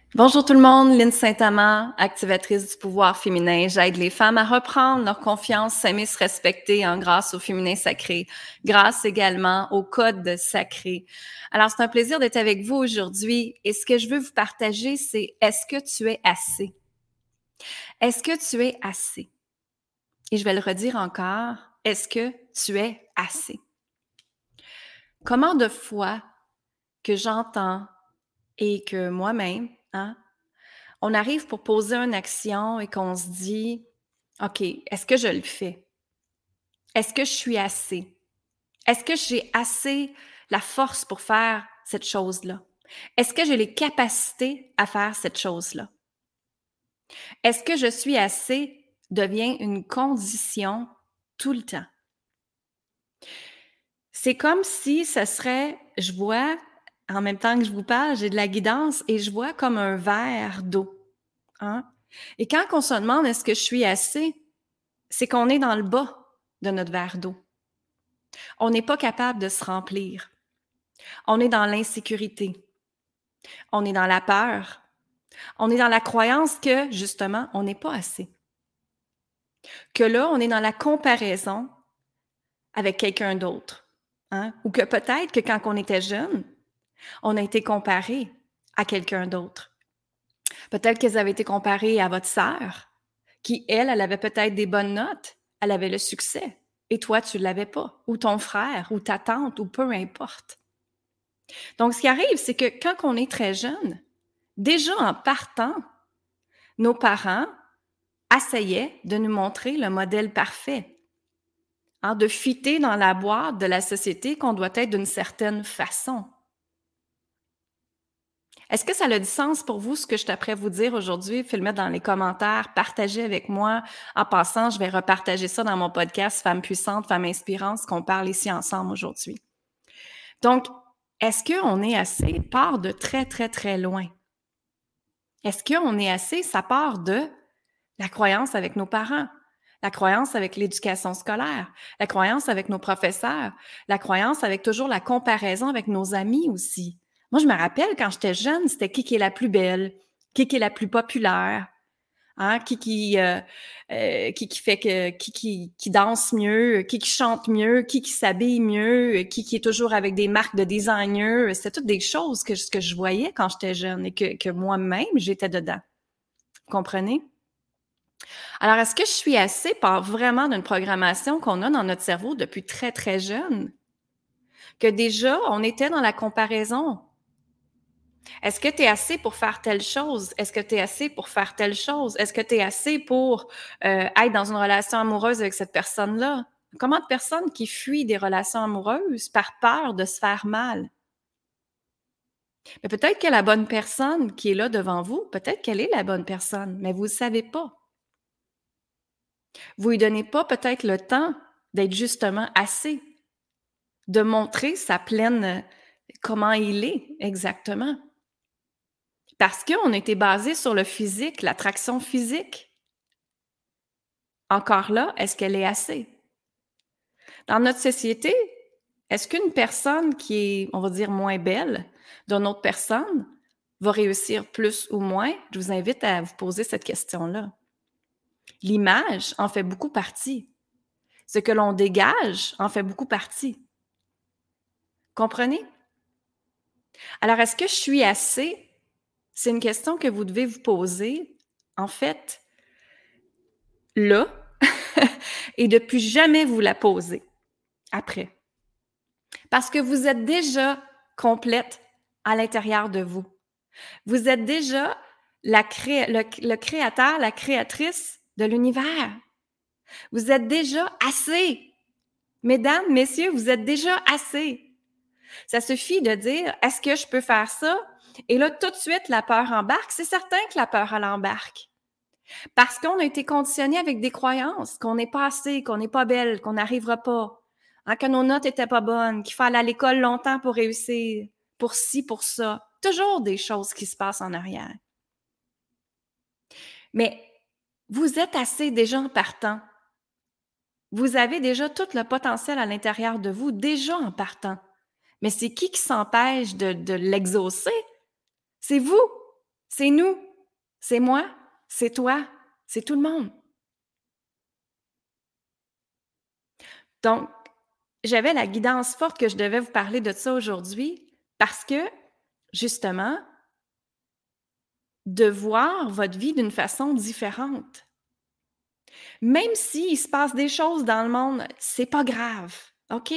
Bonjour tout le monde, Lynne Saint-Amand, activatrice du pouvoir féminin. J'aide les femmes à reprendre leur confiance, s'aimer, se respecter grâce au féminin sacré, grâce également au code sacré. Alors, c'est un plaisir d'être avec vous aujourd'hui et ce que je veux vous partager, c'est est-ce que tu es assez? Est-ce que tu es assez? Et je vais le redire encore, est-ce que tu es assez? Comment de fois que j'entends et que moi-même, on arrive pour poser une action et qu'on se dit: «OK, est-ce que je le fais? Est-ce que je suis assez? Est-ce que j'ai assez la force pour faire cette chose-là? Est-ce que j'ai les capacités à faire cette chose-là? Est-ce que je suis assez?» devient une condition tout le temps. C'est comme si ce serait je vois, en même temps que je vous parle, j'ai de la guidance et je vois comme un verre d'eau, hein? Et quand on se demande: «Est-ce que je suis assez?» c'est qu'on est dans le bas de notre verre d'eau. On n'est pas capable de se remplir. On est dans l'insécurité. On est dans la peur. On est dans la croyance que, justement, on n'est pas assez. Que là, on est dans la comparaison avec quelqu'un d'autre. Ou que peut-être que quand on était jeune, on a été comparé à quelqu'un d'autre. Peut-être qu'elles avaient été comparées à votre sœur, qui, elle avait peut-être des bonnes notes, elle avait le succès, et toi, tu ne l'avais pas, ou ton frère, ou ta tante, ou peu importe. Donc, ce qui arrive, c'est que quand on est très jeune, déjà en partant, nos parents essayaient de nous montrer le modèle parfait, de fitter dans la boîte de la société qu'on doit être d'une certaine façon. Est-ce que ça a du sens pour vous, ce que je suis après vous dire aujourd'hui? Faites le mettre dans les commentaires, partagez avec moi. En passant, je vais repartager ça dans mon podcast Femmes puissantes, Femmes inspirantes, ce qu'on parle ici ensemble aujourd'hui. Donc, est-ce qu'on est assez? Part de très, très, très loin. Est-ce qu'on est assez? Ça part de la croyance avec nos parents, la croyance avec l'éducation scolaire, la croyance avec nos professeurs, la croyance avec toujours la comparaison avec nos amis aussi. Moi, je me rappelle quand j'étais jeune, c'était qui est la plus belle, qui est la plus populaire, qui danse mieux, qui chante mieux, qui s'habille mieux, qui est toujours avec des marques de designer. C'était toutes des choses que je voyais quand j'étais jeune et que moi-même, j'étais dedans. Vous comprenez? Alors, est-ce que je suis assez part vraiment d'une programmation qu'on a dans notre cerveau depuis très, très jeune? Que déjà, on était dans la comparaison. Est-ce que tu es assez pour faire telle chose? Est-ce que tu es assez pour faire telle chose? Est-ce que tu es assez pour être dans une relation amoureuse avec cette personne-là? Comment de personnes qui fuient des relations amoureuses par peur de se faire mal? Mais peut-être que la bonne personne qui est là devant vous, peut-être qu'elle est la bonne personne, mais vous ne le savez pas. Vous lui donnez pas peut-être le temps d'être justement assez, de montrer sa pleine comment il est exactement. Parce qu'on a été basé sur le physique, l'attraction physique. Encore là, est-ce qu'elle est assez? Dans notre société, est-ce qu'une personne qui est, on va dire, moins belle d'une autre personne va réussir plus ou moins? Je vous invite à vous poser cette question-là. L'image en fait beaucoup partie. Ce que l'on dégage en fait beaucoup partie. Comprenez? Alors, est-ce que je suis assez? C'est une question que vous devez vous poser, en fait, là, et de plus jamais vous la poser après. Parce que vous êtes déjà complète à l'intérieur de vous. Vous êtes déjà le créateur, la créatrice de l'univers. Vous êtes déjà assez. Mesdames, messieurs, vous êtes déjà assez. Ça suffit de dire, est-ce que je peux faire ça? Et là, tout de suite, la peur embarque. C'est certain que la peur, elle embarque. Parce qu'on a été conditionné avec des croyances, qu'on n'est pas assez, qu'on n'est pas belle, qu'on n'arrivera pas, que nos notes étaient pas bonnes, qu'il faut aller à l'école longtemps pour réussir, pour ci, pour ça. Toujours des choses qui se passent en arrière. Mais vous êtes assez déjà en partant. Vous avez déjà tout le potentiel à l'intérieur de vous, déjà en partant. Mais c'est qui s'empêche de l'exaucer? C'est vous. C'est nous, c'est moi, c'est toi, c'est tout le monde. Donc, j'avais la guidance forte que je devais vous parler de ça aujourd'hui parce que, justement, de voir votre vie d'une façon différente. Même s'il se passe des choses dans le monde, c'est pas grave, OK?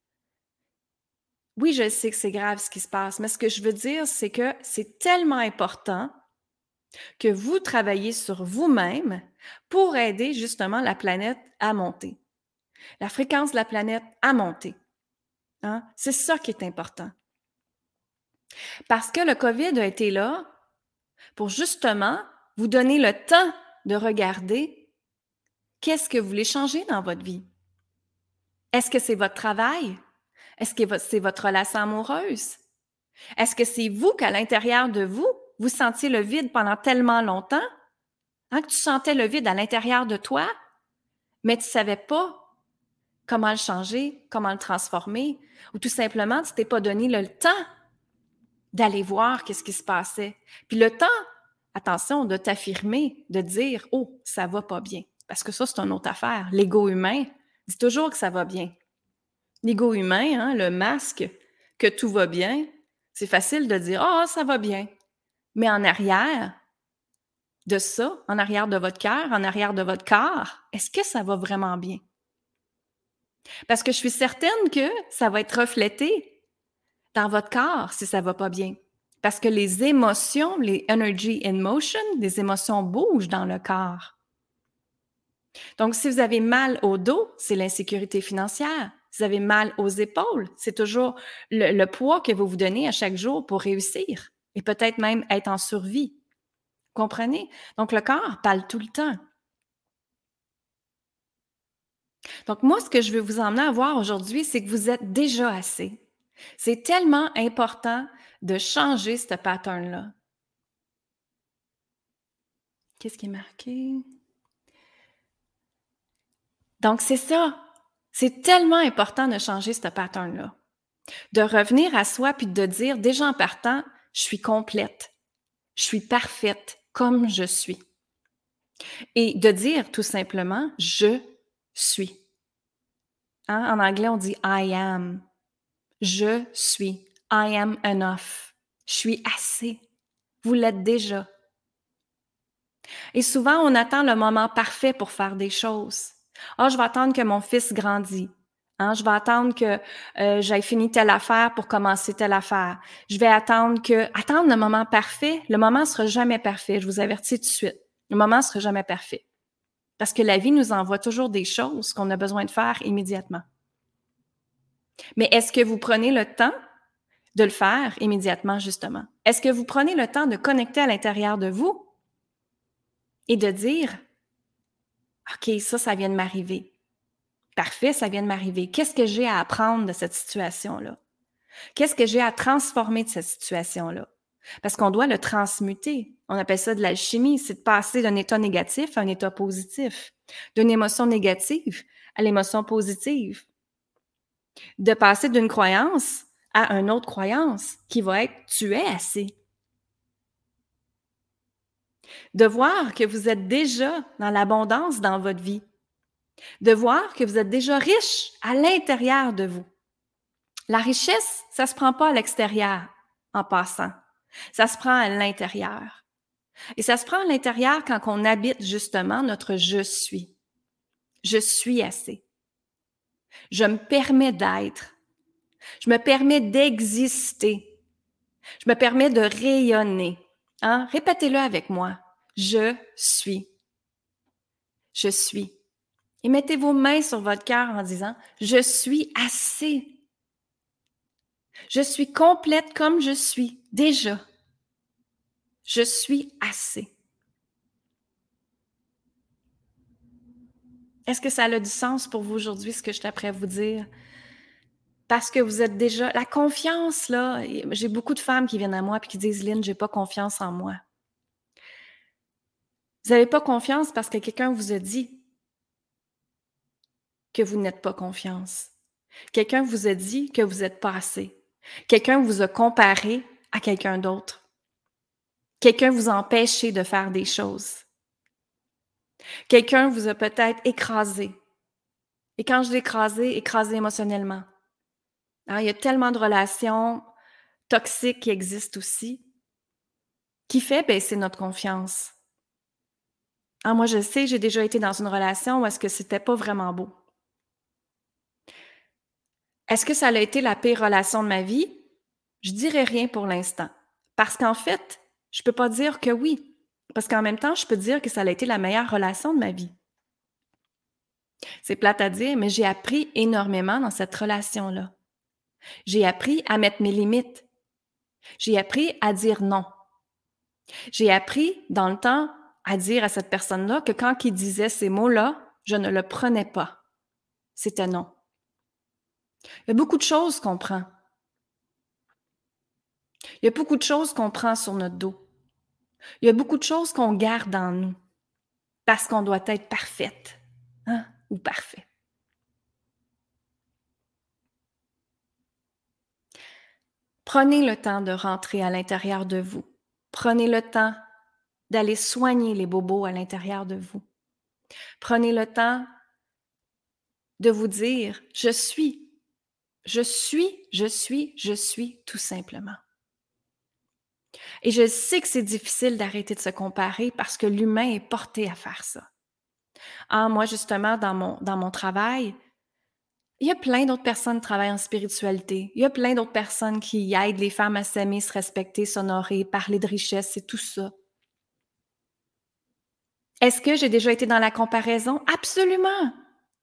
Oui, je sais que c'est grave ce qui se passe, mais ce que je veux dire, c'est que c'est tellement important que vous travaillez sur vous-même pour aider justement la planète à monter, la fréquence de la planète à monter, hein? C'est ça qui est important. Parce que le COVID a été là pour justement vous donner le temps de regarder qu'est-ce que vous voulez changer dans votre vie. Est-ce que c'est votre travail? Est-ce que c'est votre relation amoureuse? Est-ce que c'est vous qu'à l'intérieur de vous, vous sentiez le vide pendant tellement longtemps, hein, que tu sentais le vide à l'intérieur de toi, mais tu ne savais pas comment le changer, comment le transformer, ou tout simplement, tu t'es pas donné le temps d'aller voir qu'est-ce qui se passait. Puis le temps, attention, de t'affirmer, de dire, oh, ça va pas bien. Parce que ça, c'est une autre affaire. L'ego humain dit toujours que ça va bien. L'ego humain, hein, le masque, que tout va bien, c'est facile de dire, ah, ça va bien. Mais en arrière de ça, en arrière de votre cœur, en arrière de votre corps, est-ce que ça va vraiment bien? Parce que je suis certaine que ça va être reflété dans votre corps si ça va pas bien. Parce que les émotions, les energy in motion, les émotions bougent dans le corps. Donc, si vous avez mal au dos, c'est l'insécurité financière. Si vous avez mal aux épaules, c'est toujours le poids que vous vous donnez à chaque jour pour réussir et peut-être même être en survie. Comprenez? Donc, le corps parle tout le temps. Donc, moi, ce que je veux vous emmener à voir aujourd'hui, c'est que vous êtes déjà assez. C'est tellement important de changer ce pattern-là. Qu'est-ce qui est marqué? Donc, c'est ça. C'est tellement important de changer ce pattern-là. De revenir à soi puis de dire, déjà en partant, je suis complète. Je suis parfaite comme je suis. Et de dire tout simplement, je suis. Hein? En anglais, on dit I am. Je suis. I am enough. Je suis assez. Vous l'êtes déjà. Et souvent, on attend le moment parfait pour faire des choses. Ah, je vais attendre que mon fils grandisse. Hein, je vais attendre que j'aie fini telle affaire pour commencer telle affaire. Je vais attendre le moment parfait. Le moment ne sera jamais parfait. Je vous avertis tout de suite. Le moment ne sera jamais parfait. Parce que la vie nous envoie toujours des choses qu'on a besoin de faire immédiatement. Mais est-ce que vous prenez le temps de le faire immédiatement, justement? Est-ce que vous prenez le temps de connecter à l'intérieur de vous et de dire, OK, ça vient de m'arriver. Parfait, ça vient de m'arriver. Qu'est-ce que j'ai à apprendre de cette situation-là? Qu'est-ce que j'ai à transformer de cette situation-là? Parce qu'on doit le transmuter. On appelle ça de l'alchimie, c'est de passer d'un état négatif à un état positif, d'une émotion négative à l'émotion positive, de passer d'une croyance à une autre croyance qui va être tu es assez. De voir que vous êtes déjà dans l'abondance dans votre vie. De voir que vous êtes déjà riche à l'intérieur de vous. La richesse, ça se prend pas à l'extérieur en passant. Ça se prend à l'intérieur. Et ça se prend à l'intérieur quand on habite justement notre je suis. Je suis assez. Je me permets d'être. Je me permets d'exister. Je me permets de rayonner. Hein? Répétez-le avec moi. Je suis. Je suis. Et mettez vos mains sur votre cœur en disant, je suis assez. Je suis complète comme je suis, déjà. Je suis assez. Est-ce que ça a du sens pour vous aujourd'hui, ce que je suis après à vous dire? Parce que vous êtes déjà... La confiance, là, j'ai beaucoup de femmes qui viennent à moi et qui disent, Lynn, j'ai pas confiance en moi. Vous n'avez pas confiance parce que quelqu'un vous a dit que vous n'êtes pas confiance. Quelqu'un vous a dit que vous n'êtes pas assez. Quelqu'un vous a comparé à quelqu'un d'autre. Quelqu'un vous a empêché de faire des choses. Quelqu'un vous a peut-être écrasé. Et quand je dis écrasé, écrasé émotionnellement. Hein, il y a tellement de relations toxiques qui existent aussi, qui fait baisser notre confiance. Ah, moi, je sais, j'ai déjà été dans une relation où est-ce que c'était pas vraiment beau. Est-ce que ça a été la pire relation de ma vie? Je dirais rien pour l'instant. Parce qu'en fait, je peux pas dire que oui. Parce qu'en même temps, je peux dire que ça a été la meilleure relation de ma vie. C'est plate à dire, mais j'ai appris énormément dans cette relation-là. J'ai appris à mettre mes limites. J'ai appris à dire non. J'ai appris dans le temps à dire à cette personne-là que quand il disait ces mots-là, je ne le prenais pas. C'était non. Il y a beaucoup de choses qu'on prend. Il y a beaucoup de choses qu'on prend sur notre dos. Il y a beaucoup de choses qu'on garde en nous parce qu'on doit être parfaite, hein, ou parfait. Prenez le temps de rentrer à l'intérieur de vous. Prenez le temps d'aller soigner les bobos à l'intérieur de vous. Prenez le temps de vous dire, je suis tout simplement. Et je sais que c'est difficile d'arrêter de se comparer parce que l'humain est porté à faire ça. Ah, moi, justement, dans mon travail, il y a plein d'autres personnes qui travaillent en spiritualité. Il y a plein d'autres personnes qui aident les femmes à s'aimer, se respecter, s'honorer, parler de richesse et tout ça. Est-ce que j'ai déjà été dans la comparaison? Absolument!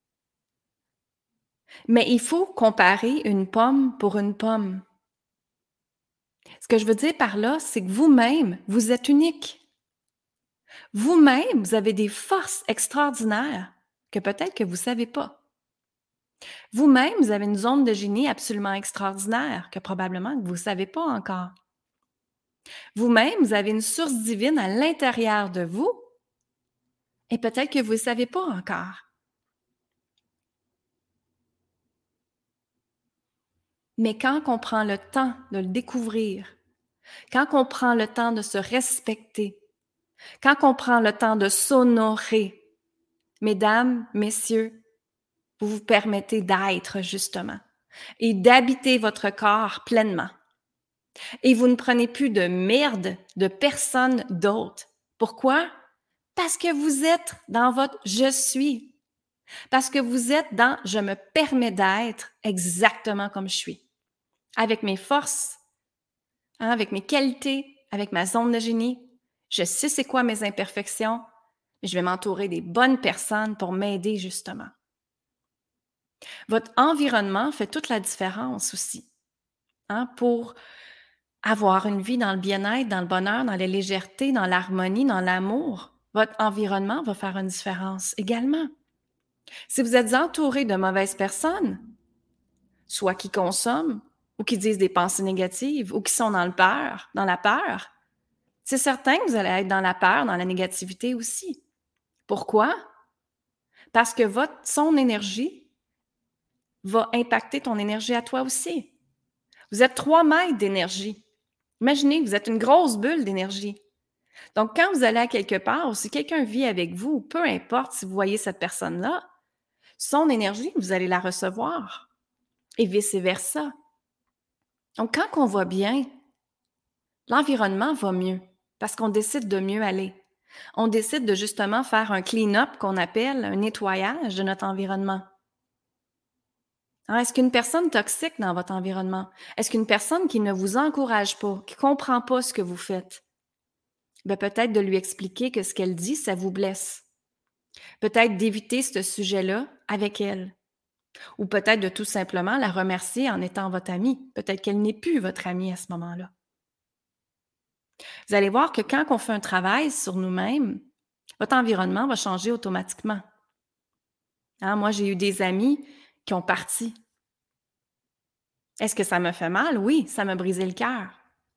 Mais il faut comparer une pomme pour une pomme. Ce que je veux dire par là, c'est que vous-même, vous êtes unique. Vous-même, vous avez des forces extraordinaires que peut-être que vous ne savez pas. Vous-même, vous avez une zone de génie absolument extraordinaire que probablement que vous ne savez pas encore. Vous-même, vous avez une source divine à l'intérieur de vous et peut-être que vous ne savez pas encore. Mais quand on prend le temps de le découvrir, quand on prend le temps de se respecter, quand on prend le temps de s'honorer, mesdames, messieurs, vous vous permettez d'être justement et d'habiter votre corps pleinement. Et vous ne prenez plus de merde de personne d'autre. Pourquoi? Parce que vous êtes dans votre je suis. Parce que vous êtes dans je me permets d'être exactement comme je suis. Avec mes forces, hein, avec mes qualités, avec ma zone de génie. Je sais c'est quoi mes imperfections, mais je vais m'entourer des bonnes personnes pour m'aider justement. Votre environnement fait toute la différence aussi, hein, pour avoir une vie dans le bien-être, dans le bonheur, dans la légèreté, dans l'harmonie, dans l'amour. Votre environnement va faire une différence également. Si vous êtes entouré de mauvaises personnes, soit qui consomment ou qui disent des pensées négatives ou qui sont dans la peur, c'est certain que vous allez être dans la peur, dans la négativité aussi. Pourquoi? Parce que son énergie va impacter ton énergie à toi aussi. Vous êtes 3 mètres d'énergie. Imaginez, vous êtes une grosse bulle d'énergie. Donc, quand vous allez à quelque part ou si quelqu'un vit avec vous, peu importe si vous voyez cette personne-là, son énergie, vous allez la recevoir et vice-versa. Donc, quand on va bien, l'environnement va mieux parce qu'on décide de mieux aller. On décide de justement faire un clean-up qu'on appelle un nettoyage de notre environnement. Alors, est-ce qu'une personne toxique dans votre environnement? Est-ce qu'une personne qui ne vous encourage pas, qui ne comprend pas ce que vous faites? Ben, peut-être de lui expliquer que ce qu'elle dit, ça vous blesse. Peut-être d'éviter ce sujet-là avec elle. Ou peut-être de tout simplement la remercier en étant votre amie. Peut-être qu'elle n'est plus votre amie à ce moment-là. Vous allez voir que quand on fait un travail sur nous-mêmes, votre environnement va changer automatiquement. Hein, moi, j'ai eu des amis qui ont parti. Est-ce que ça me fait mal? Oui, ça m'a brisé le cœur.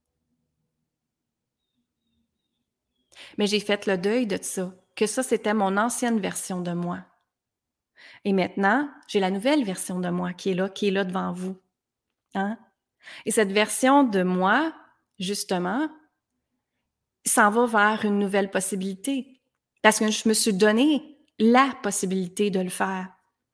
Mais j'ai fait le deuil de ça, que ça, c'était mon ancienne version de moi. Et maintenant, j'ai la nouvelle version de moi qui est là devant vous. Hein? Et cette version de moi, justement, s'en va vers une nouvelle possibilité. Parce que je me suis donné la possibilité de le faire.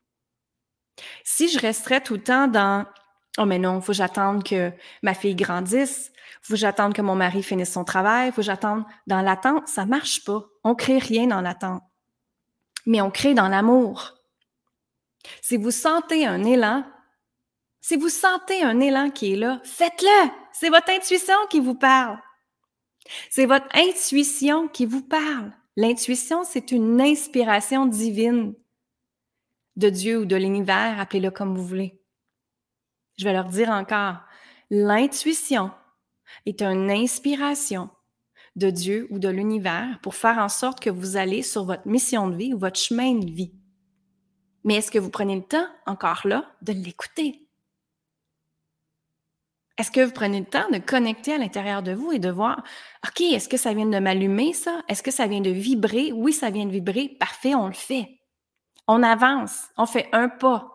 Si je resterais tout le temps dans «Oh mais non, faut que j'attende que ma fille grandisse, faut que j'attende que mon mari finisse son travail, faut que j'attende» dans l'attente, ça marche pas. On crée rien dans l'attente, mais on crée dans l'amour. Si vous sentez un élan, si vous sentez un élan qui est là, faites-le! C'est votre intuition qui vous parle. C'est votre intuition qui vous parle. L'intuition, c'est une inspiration divine de Dieu ou de l'univers, appelez-le comme vous voulez. Je vais leur dire encore, l'intuition est une inspiration de Dieu ou de l'univers pour faire en sorte que vous allez sur votre mission de vie ou votre chemin de vie. Mais est-ce que vous prenez le temps, encore là, de l'écouter? Est-ce que vous prenez le temps de connecter à l'intérieur de vous et de voir, OK, est-ce que ça vient de m'allumer, ça? Est-ce que ça vient de vibrer? Oui, ça vient de vibrer. Parfait, on le fait. On avance, on fait un pas.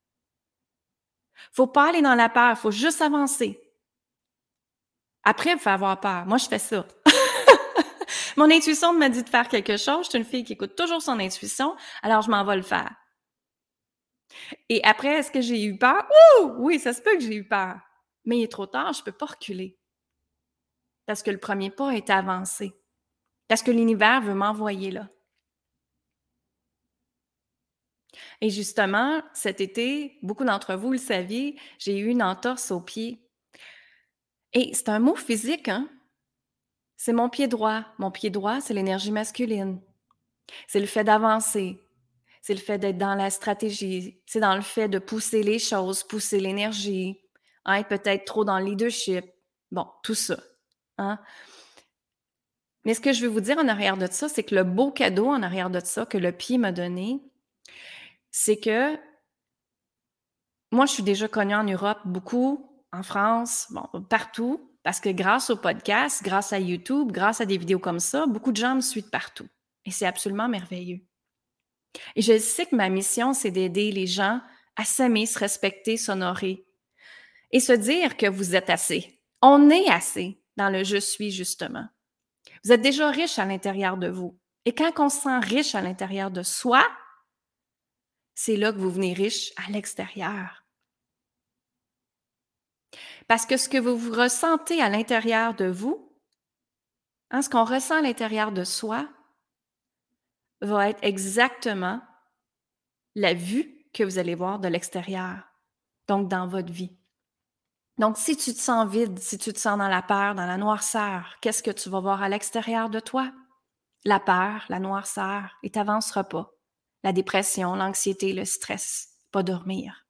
Faut pas aller dans la peur, faut juste avancer. Après, vous faites avoir peur. Moi, je fais ça. Mon intuition me dit de faire quelque chose. Je suis une fille qui écoute toujours son intuition, alors je m'en vais le faire. Et après, est-ce que j'ai eu peur? Ouh! Oui, ça se peut que j'ai eu peur. Mais il est trop tard, je peux pas reculer. Parce que le premier pas est avancé. Parce que l'univers veut m'envoyer là. Et justement, cet été, beaucoup d'entre vous le saviez, j'ai eu une entorse au pied. Et c'est un mot physique, hein? C'est mon pied droit. Mon pied droit, c'est l'énergie masculine. C'est le fait d'avancer. C'est le fait d'être dans la stratégie. C'est dans le fait de pousser les choses, pousser l'énergie, hein, être peut-être trop dans le leadership. Bon, tout ça. Hein? Mais ce que je veux vous dire en arrière de ça, c'est que le beau cadeau en arrière de ça que le pied m'a donné, c'est que moi, je suis déjà connue en Europe beaucoup, en France, bon, partout, parce que grâce au podcast, grâce à YouTube, grâce à des vidéos comme ça, beaucoup de gens me suivent partout. Et c'est absolument merveilleux. Et je sais que ma mission, c'est d'aider les gens à s'aimer, se respecter, s'honorer et se dire que vous êtes assez. On est assez dans le je suis, justement. Vous êtes déjà riche à l'intérieur de vous. Et quand on se sent riche à l'intérieur de soi, c'est là que vous venez riche à l'extérieur. Parce que ce que vous ressentez à l'intérieur de vous, hein, ce qu'on ressent à l'intérieur de soi, va être exactement la vue que vous allez voir de l'extérieur, donc dans votre vie. Donc, si tu te sens vide, si tu te sens dans la peur, dans la noirceur, qu'est-ce que tu vas voir à l'extérieur de toi? La peur, la noirceur, et tu n'avanceras pas. La dépression, l'anxiété, le stress, pas dormir.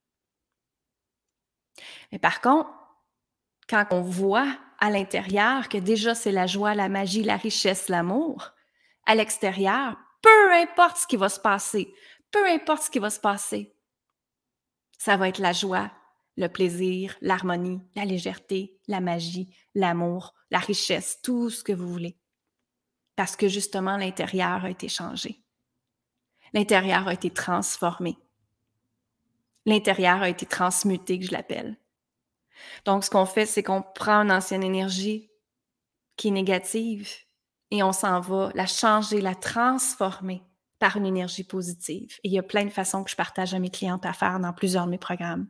Mais par contre, quand on voit à l'intérieur que déjà c'est la joie, la magie, la richesse, l'amour, à l'extérieur, peu importe ce qui va se passer, peu importe ce qui va se passer, ça va être la joie, le plaisir, l'harmonie, la légèreté, la magie, l'amour, la richesse, tout ce que vous voulez. Parce que justement, l'intérieur a été changé. L'intérieur a été transformé. L'intérieur a été transmuté, que je l'appelle. Donc, ce qu'on fait, c'est qu'on prend une ancienne énergie qui est négative et on s'en va la changer, la transformer par une énergie positive. Et il y a plein de façons que je partage à mes clientes à faire dans plusieurs de mes programmes.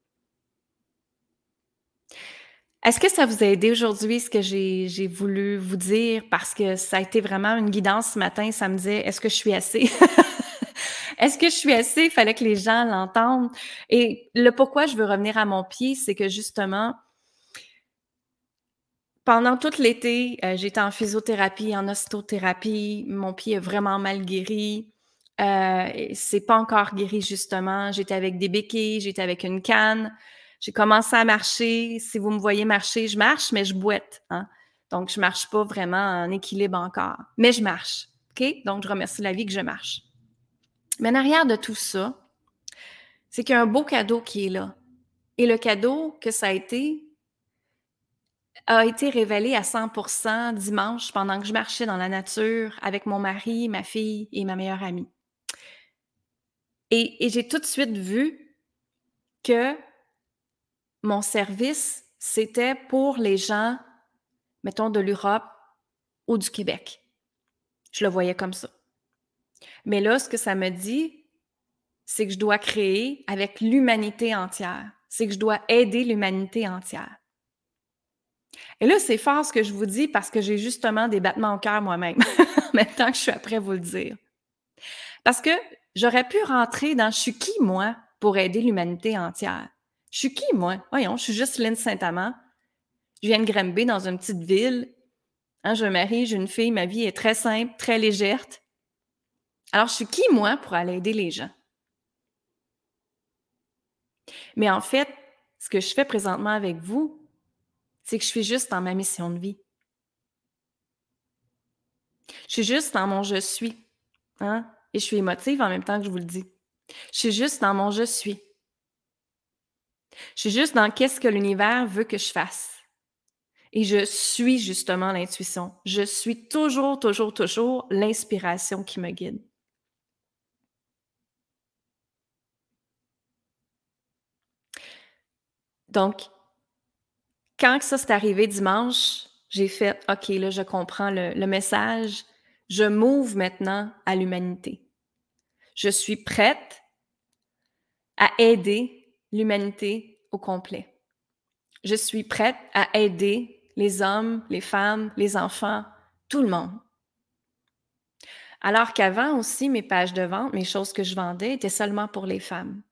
Est-ce que ça vous a aidé aujourd'hui, ce que j'ai voulu vous dire? Parce que ça a été vraiment une guidance ce matin. Ça me disait, est-ce que je suis assez? Est-ce que je suis assez? Il fallait que les gens l'entendent. Et le pourquoi je veux revenir à mon pied, c'est que justement, pendant tout l'été, j'étais en physiothérapie, en ostéothérapie. Mon pied est vraiment mal guéri. C'est pas encore guéri, justement. J'étais avec des béquilles, j'étais avec une canne. J'ai commencé à marcher. Si vous me voyez marcher, je marche, mais je boite. Hein? Donc, je marche pas vraiment en équilibre encore. Mais je marche. OK? Donc, je remercie la vie que je marche. Mais en arrière de tout ça, c'est qu'il y a un beau cadeau qui est là. Et le cadeau que ça a été révélé à 100% dimanche pendant que je marchais dans la nature avec mon mari, ma fille et ma meilleure amie. Et j'ai tout de suite vu que mon service, c'était pour les gens, mettons, de l'Europe, ou du Québec. Je le voyais comme ça. Mais là, ce que ça me dit, c'est que je dois créer avec l'humanité entière. C'est que je dois aider l'humanité entière. Et là, c'est fort ce que je vous dis parce que j'ai justement des battements au cœur moi-même, en même temps que je suis après vous le dire. Parce que j'aurais pu rentrer dans « je suis qui, moi, pour aider l'humanité entière? Je suis qui, moi? Voyons, je suis juste Lynn Saint-Amand. Je viens de Granby, dans une petite ville. Hein, je me marie, j'ai une fille, ma vie est très simple, très légère. Alors, je suis qui, moi, pour aller aider les gens? Mais en fait, ce que je fais présentement avec vous, c'est que je suis juste dans ma mission de vie. Je suis juste dans mon « je suis ». Hein? Et je suis émotive en même temps que je vous le dis. Je suis juste dans mon « je suis ». Je suis juste dans qu'est-ce que l'univers veut que je fasse. Et je suis justement l'intuition. Je suis toujours, toujours, toujours l'inspiration qui me guide. Donc, quand ça s'est arrivé dimanche, j'ai fait « OK, là, je comprends le message. Je m'ouvre maintenant à l'humanité. Je suis prête à aider l'humanité au complet. Je suis prête à aider les hommes, les femmes, les enfants, tout le monde. » Alors qu'avant aussi, mes pages de vente, mes choses que je vendais étaient seulement pour les femmes.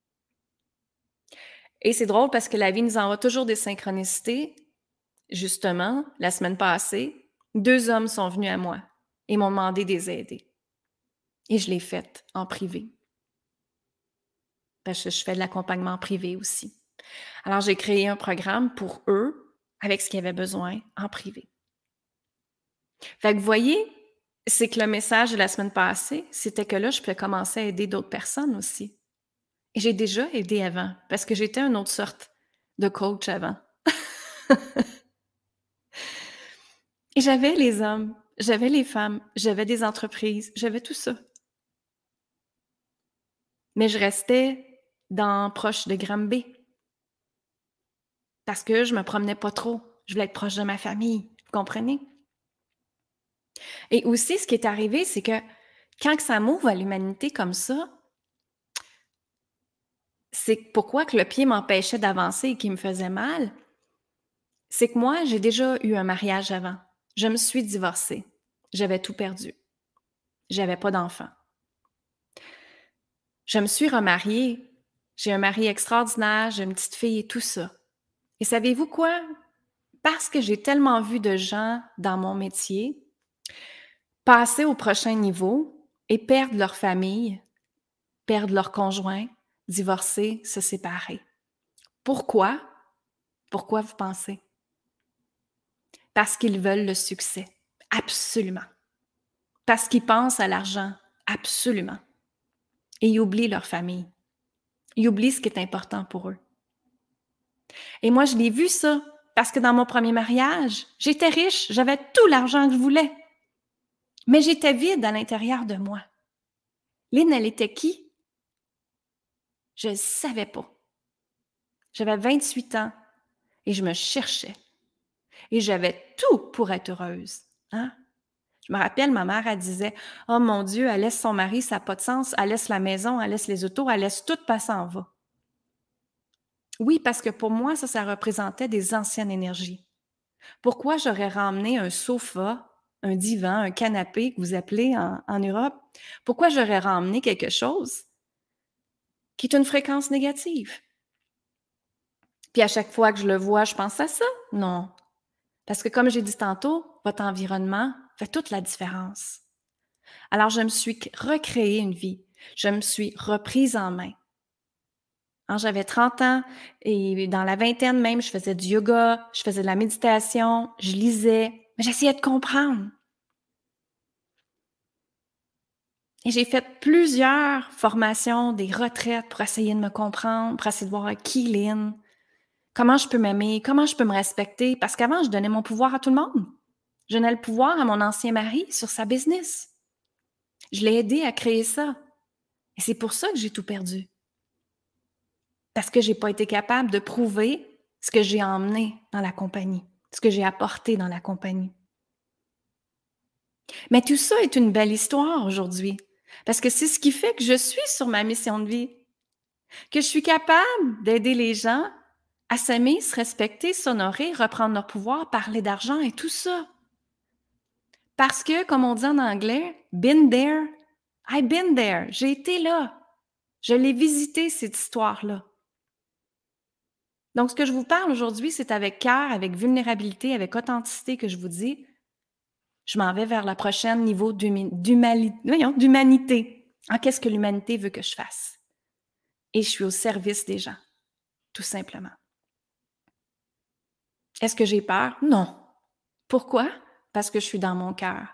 Et c'est drôle parce que la vie nous envoie toujours des synchronicités. Justement, la semaine passée, 2 hommes sont venus à moi et m'ont demandé de les aider. Et je l'ai fait en privé. Parce que je fais de l'accompagnement privé aussi. Alors, j'ai créé un programme pour eux avec ce qu'ils avaient besoin en privé. Fait que vous voyez, c'est que le message de la semaine passée, c'était que là, je pouvais commencer à aider d'autres personnes aussi. Et j'ai déjà aidé avant, parce que j'étais une autre sorte de coach avant. Et j'avais les hommes, j'avais les femmes, j'avais des entreprises, j'avais tout ça. Mais je restais proche de Granby. Parce que je me promenais pas trop. Je voulais être proche de ma famille. Vous comprenez? Et aussi, ce qui est arrivé, c'est que quand ça m'ouvre à l'humanité comme ça, c'est pourquoi que le pied m'empêchait d'avancer et qui me faisait mal, c'est que moi, j'ai déjà eu un mariage avant. Je me suis divorcée. J'avais tout perdu. J'avais pas d'enfant. Je me suis remariée. J'ai un mari extraordinaire, j'ai une petite fille et tout ça. Et savez-vous quoi? Parce que j'ai tellement vu de gens dans mon métier passer au prochain niveau et perdre leur famille, perdre leur conjoint, divorcer, se séparer. Pourquoi? Pourquoi vous pensez? Parce qu'ils veulent le succès. Absolument. Parce qu'ils pensent à l'argent. Absolument. Et ils oublient leur famille. Ils oublient ce qui est important pour eux. Et moi, je l'ai vu ça, parce que dans mon premier mariage, j'étais riche, j'avais tout l'argent que je voulais. Mais j'étais vide à l'intérieur de moi. Lynn, elle était qui? Je ne savais pas. J'avais 28 ans et je me cherchais. Et j'avais tout pour être heureuse. Hein? Je me rappelle, ma mère, elle disait « Oh mon Dieu, elle laisse son mari, ça n'a pas de sens. Elle laisse la maison, elle laisse les autos, elle laisse tout, passer en va. » Oui, parce que pour moi, ça représentait des anciennes énergies. Pourquoi j'aurais ramené un sofa, un divan, un canapé que vous appelez en Europe? Pourquoi j'aurais ramené quelque chose qui est une fréquence négative? Puis à chaque fois que je le vois, je pense à ça? Non. Parce que comme j'ai dit tantôt, votre environnement fait toute la différence. Alors je me suis recréé une vie. Je me suis reprise en main. Quand j'avais 30 ans et dans la vingtaine même, je faisais du yoga, je faisais de la méditation, je lisais, mais j'essayais de comprendre. Et j'ai fait plusieurs formations, des retraites pour essayer de me comprendre, pour essayer de voir qui Lynn, comment je peux m'aimer, comment je peux me respecter, parce qu'avant, je donnais mon pouvoir à tout le monde. Je donnais le pouvoir à mon ancien mari sur sa business. Je l'ai aidé à créer ça. Et c'est pour ça que j'ai tout perdu. Parce que j'ai pas été capable de prouver ce que j'ai emmené dans la compagnie, ce que j'ai apporté dans la compagnie. Mais tout ça est une belle histoire aujourd'hui, parce que c'est ce qui fait que je suis sur ma mission de vie, que je suis capable d'aider les gens à s'aimer, se respecter, s'honorer, reprendre leur pouvoir, parler d'argent et tout ça. Parce que, comme on dit en anglais, been there, I've been there. J'ai été là. Je l'ai visité, cette histoire-là. Donc, ce que je vous parle aujourd'hui, c'est avec cœur, avec vulnérabilité, avec authenticité que je vous dis, je m'en vais vers la prochaine niveau d'humanité. Qu'est-ce que l'humanité veut que je fasse? Et je suis au service des gens, tout simplement. Est-ce que j'ai peur? Non. Pourquoi? Parce que je suis dans mon cœur.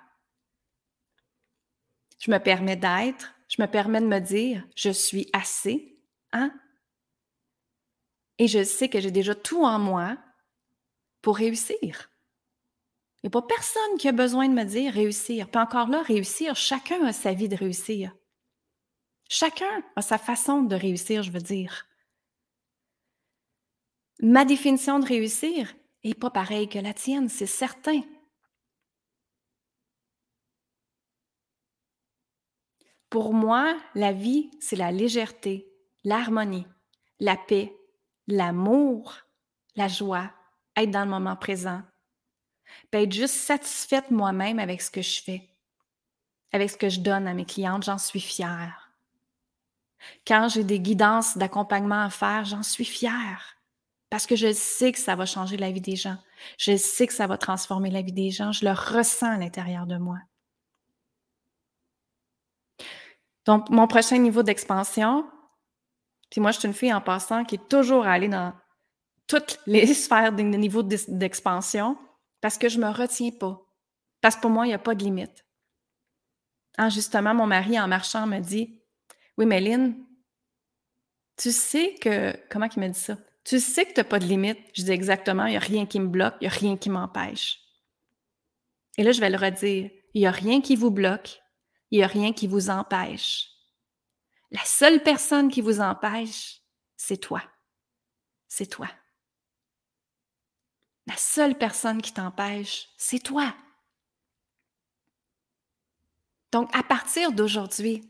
Je me permets d'être, je me permets de me dire, je suis assez, hein? Et je sais que j'ai déjà tout en moi pour réussir. Il n'y a pas personne qui a besoin de me dire réussir. Puis encore là, réussir, chacun a sa vie de réussir. Chacun a sa façon de réussir, je veux dire. Ma définition de réussir n'est pas pareille que la tienne, c'est certain. Pour moi, la vie, c'est la légèreté, l'harmonie, la paix, l'amour, la joie, être dans le moment présent, puis être juste satisfaite moi-même avec ce que je fais, avec ce que je donne à mes clientes, j'en suis fière. Quand j'ai des guidances d'accompagnement à faire, j'en suis fière. Parce que je sais que ça va changer la vie des gens. Je sais que ça va transformer la vie des gens. Je le ressens à l'intérieur de moi. Donc, mon prochain niveau d'expansion, puis moi, je suis une fille en passant qui est toujours allée dans toutes les sphères de niveaux d'expansion parce que je me retiens pas. Parce que pour moi, il n'y a pas de limite. Justement, mon mari, en marchant, me dit « Oui, mais Lynn, tu sais que… » Comment il m'a dit ça? « Tu sais que tu n'as pas de limite. » Je dis « Exactement, il n'y a rien qui me bloque, il n'y a rien qui m'empêche. » Et là, je vais le redire. Il n'y a rien qui vous bloque, il n'y a rien qui vous empêche. La seule personne qui vous empêche, c'est toi. C'est toi. La seule personne qui t'empêche, c'est toi. Donc, à partir d'aujourd'hui,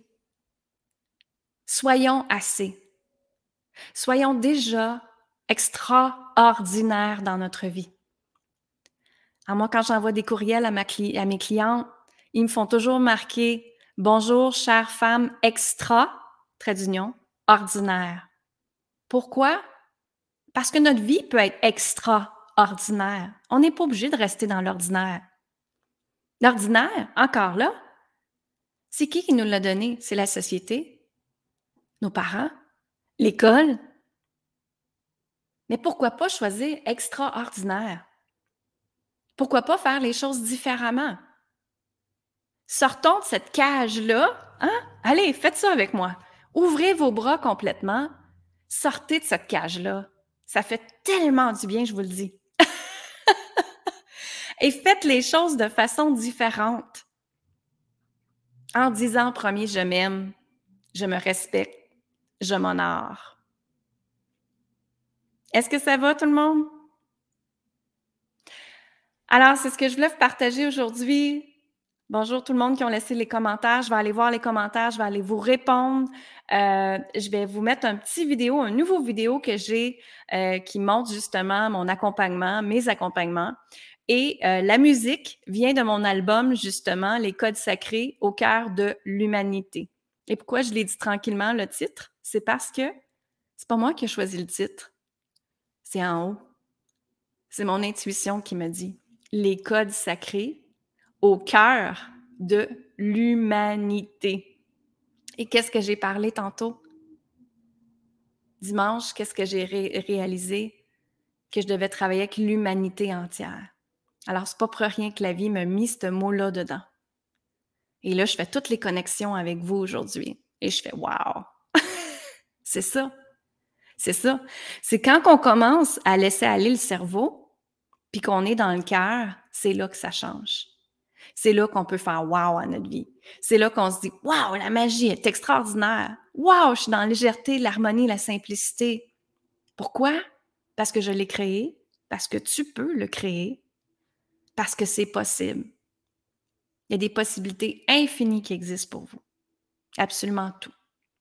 soyons assez. Soyons déjà extraordinaires dans notre vie. Moi, quand j'envoie des courriels à mes clients, ils me font toujours marquer « Bonjour, chère femme extra, trait d'union, ordinaire ». Pourquoi? Parce que notre vie peut être extraordinaire. On n'est pas obligé de rester dans l'ordinaire. L'ordinaire, encore là, c'est qui nous l'a donné? C'est la société, nos parents, l'école. Mais pourquoi pas choisir extraordinaire? Pourquoi pas faire les choses différemment? Sortons de cette cage-là. Allez, faites ça avec moi. Ouvrez vos bras complètement. Sortez de cette cage-là. Ça fait tellement du bien, je vous le dis. Et faites les choses de façon différente. En disant premier, je m'aime, je me respecte, je m'honore. Est-ce que ça va tout le monde? Alors, c'est ce que je voulais vous partager aujourd'hui. Bonjour tout le monde qui ont laissé les commentaires. Je vais aller voir les commentaires, je vais aller vous répondre. Je vais vous mettre un nouveau vidéo que j'ai qui montre justement mon accompagnement, mes accompagnements. Et la musique vient de mon album, justement, Les Codes sacrés au cœur de l'humanité. Et pourquoi je l'ai dit tranquillement, le titre? C'est parce que c'est pas moi qui ai choisi le titre. C'est en haut. C'est mon intuition qui me dit les codes sacrés au cœur de l'humanité. Et qu'est-ce que j'ai parlé tantôt? Dimanche, qu'est-ce que j'ai réalisé? Que je devais travailler avec l'humanité entière. Alors, c'est pas pour rien que la vie m'a mis ce mot-là dedans. Et là, je fais toutes les connexions avec vous aujourd'hui. Et je fais « wow! » C'est ça. C'est ça. C'est quand on commence à laisser aller le cerveau, puis qu'on est dans le cœur, c'est là que ça change. C'est là qu'on peut faire « wow » à notre vie. C'est là qu'on se dit « wow, la magie est extraordinaire! Wow, je suis dans la légèreté, l'harmonie, la simplicité. » Pourquoi? Parce que je l'ai créé, parce que tu peux le créer, parce que c'est possible. Il y a des possibilités infinies qui existent pour vous. Absolument tout.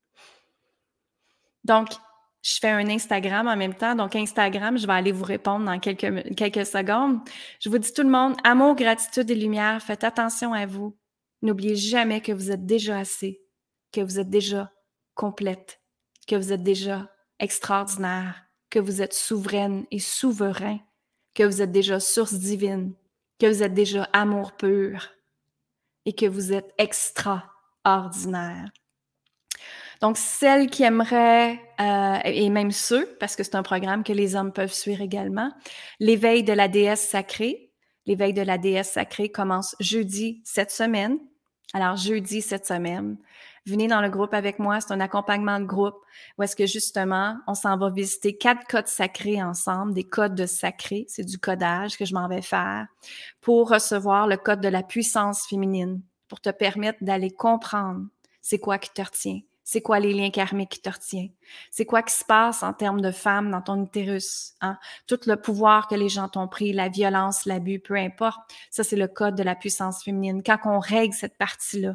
Donc, je fais un Instagram en même temps. Donc, Instagram, je vais aller vous répondre dans quelques secondes. Je vous dis tout le monde, amour, gratitude et lumière, faites attention à vous. N'oubliez jamais que vous êtes déjà assez, que vous êtes déjà complète, que vous êtes déjà extraordinaire, que vous êtes souveraine et souverain, que vous êtes déjà source divine, que vous êtes déjà amour pur et que vous êtes extraordinaire. Donc, celles qui aimeraient, et même ceux, parce que c'est un programme que les hommes peuvent suivre également, l'éveil de la déesse sacrée. L'éveil de la déesse sacrée commence jeudi cette semaine. Alors, jeudi cette semaine, venez dans le groupe avec moi. C'est un accompagnement de groupe où est-ce que justement, on s'en va visiter 4 codes sacrés ensemble, des codes de sacrés. C'est du codage que je m'en vais faire pour recevoir le code de la puissance féminine, pour te permettre d'aller comprendre c'est quoi qui te retient. C'est quoi les liens karmiques qui te retiennent? C'est quoi qui se passe en termes de femme dans ton utérus? Hein? Tout le pouvoir que les gens t'ont pris, la violence, l'abus, peu importe. Ça, c'est le code de la puissance féminine. Quand on règle cette partie-là,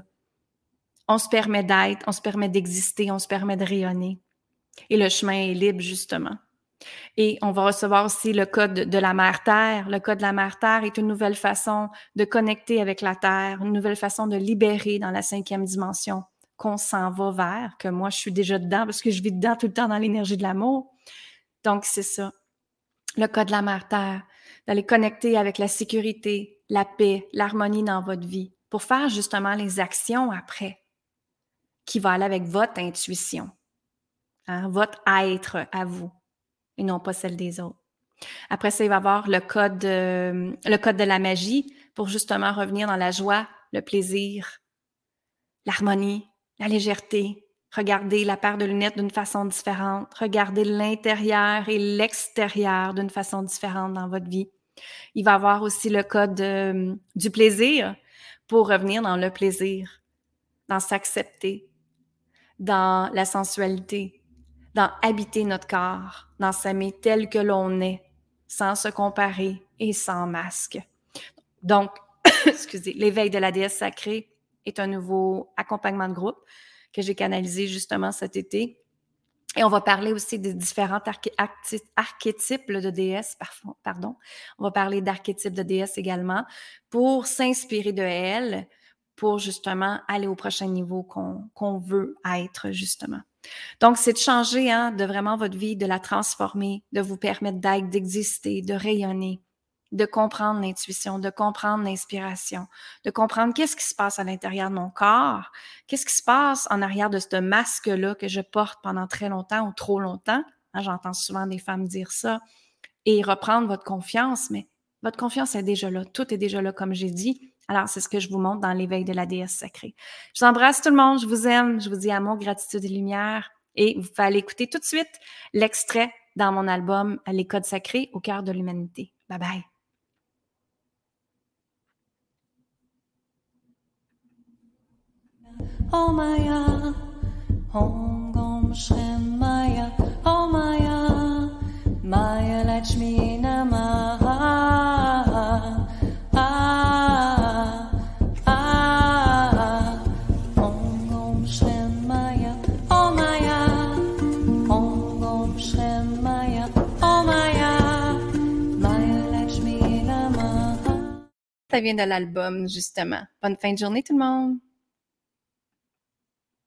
on se permet d'être, on se permet d'exister, on se permet de rayonner. Et le chemin est libre, justement. Et on va recevoir aussi le code de la Mère Terre. Le code de la Mère Terre est une nouvelle façon de connecter avec la Terre, une nouvelle façon de libérer dans la 5e dimension qu'on s'en va vers, que moi, je suis déjà dedans parce que je vis dedans tout le temps dans l'énergie de l'amour. Donc, c'est ça. Le code de la Mère Terre, d'aller connecter avec la sécurité, la paix, l'harmonie dans votre vie pour faire justement les actions après qui vont aller avec votre intuition, hein, votre être à vous et non pas celle des autres. Après ça, il va y avoir le code de la magie pour justement revenir dans la joie, le plaisir, l'harmonie, la légèreté, regarder la paire de lunettes d'une façon différente, regarder l'intérieur et l'extérieur d'une façon différente dans votre vie. Il va y avoir aussi le code du plaisir pour revenir dans le plaisir, dans s'accepter, dans la sensualité, dans habiter notre corps, dans s'aimer tel que l'on est, sans se comparer et sans masque. Donc, excusez, l'éveil de la déesse sacrée est un nouveau accompagnement de groupe que j'ai canalisé justement cet été. Et on va parler aussi des différents archétypes de déesses, pardon. On va parler d'archétypes de déesses également pour s'inspirer de elles, pour justement aller au prochain niveau qu'on veut être justement. Donc, c'est de changer, hein, de vraiment votre vie, de la transformer, de vous permettre d'être, d'exister, de rayonner, de comprendre l'intuition, de comprendre l'inspiration, de comprendre qu'est-ce qui se passe à l'intérieur de mon corps, qu'est-ce qui se passe en arrière de ce masque-là que je porte pendant très longtemps ou trop longtemps. Hein, j'entends souvent des femmes dire ça. Et reprendre votre confiance, mais votre confiance est déjà là. Tout est déjà là, comme j'ai dit. Alors, c'est ce que je vous montre dans l'éveil de la déesse sacrée. Je vous embrasse tout le monde. Je vous aime. Je vous dis amour, gratitude et lumière. Et vous pouvez aller écouter tout de suite l'extrait dans mon album Les Codes sacrés au cœur de l'humanité. Bye bye. Oh Maya, Om Gom Shrem Maya, Oh Maya, Maya Lakshmi Namaha, Om Gom Shrem Maya, Oh Maya, Om Gom Shrem Maya, Oh Maya, Maya Lakshmi Namaha. Ça vient de l'album, justement. Bonne fin de journée, tout le monde!